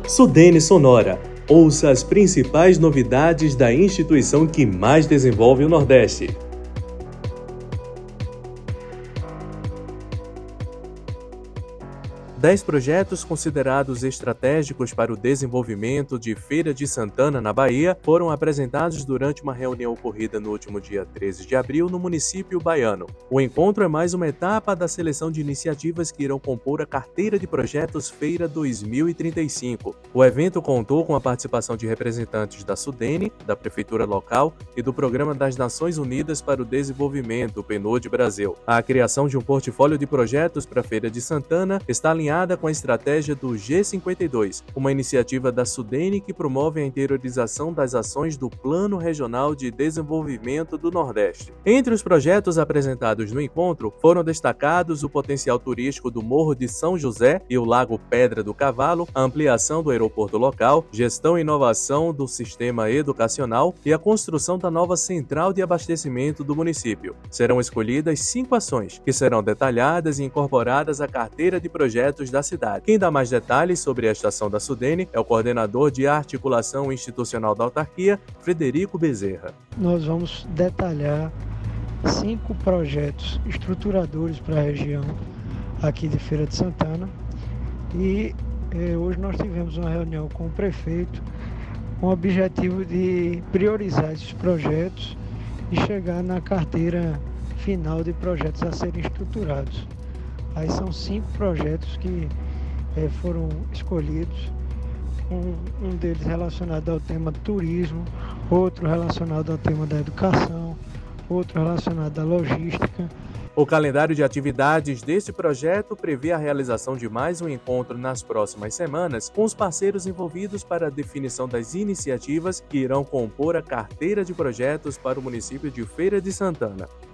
Sudene Sonora. Ouça as principais novidades da instituição que mais desenvolve o Nordeste. Dez projetos considerados estratégicos para o desenvolvimento de Feira de Santana, na Bahia, foram apresentados durante uma reunião ocorrida no último dia 13 de abril no município baiano. O encontro é mais uma etapa da seleção de iniciativas que irão compor a Carteira de Projetos Feira 2035. O evento contou com a participação de representantes da Sudene, da Prefeitura Local e do Programa das Nações Unidas para o Desenvolvimento, PNUD Brasil. A criação de um portfólio de projetos para a Feira de Santana está alinhada com a estratégia do G52, uma iniciativa da Sudene que promove a interiorização das ações do Plano Regional de Desenvolvimento do Nordeste. Entre os projetos apresentados no encontro, foram destacados o potencial turístico do Morro de São José e o Lago Pedra do Cavalo, a ampliação do aeroporto local, gestão e inovação do sistema educacional e a construção da nova central de abastecimento do município. Serão escolhidas 5 ações, que serão detalhadas e incorporadas à carteira de projetos da cidade. Quem dá mais detalhes sobre esta ação da Sudene é o coordenador de articulação institucional da autarquia, Frederico Bezerra. Nós vamos detalhar 5 projetos estruturadores para a região aqui de Feira de Santana e hoje nós tivemos uma reunião com o prefeito com o objetivo de priorizar esses projetos e chegar na carteira final de projetos a serem estruturados. Aí são 5 projetos que foram escolhidos, um deles relacionado ao tema do turismo, outro relacionado ao tema da educação, outro relacionado à logística. O calendário de atividades deste projeto prevê a realização de mais um encontro nas próximas semanas com os parceiros envolvidos para a definição das iniciativas que irão compor a carteira de projetos para o município de Feira de Santana.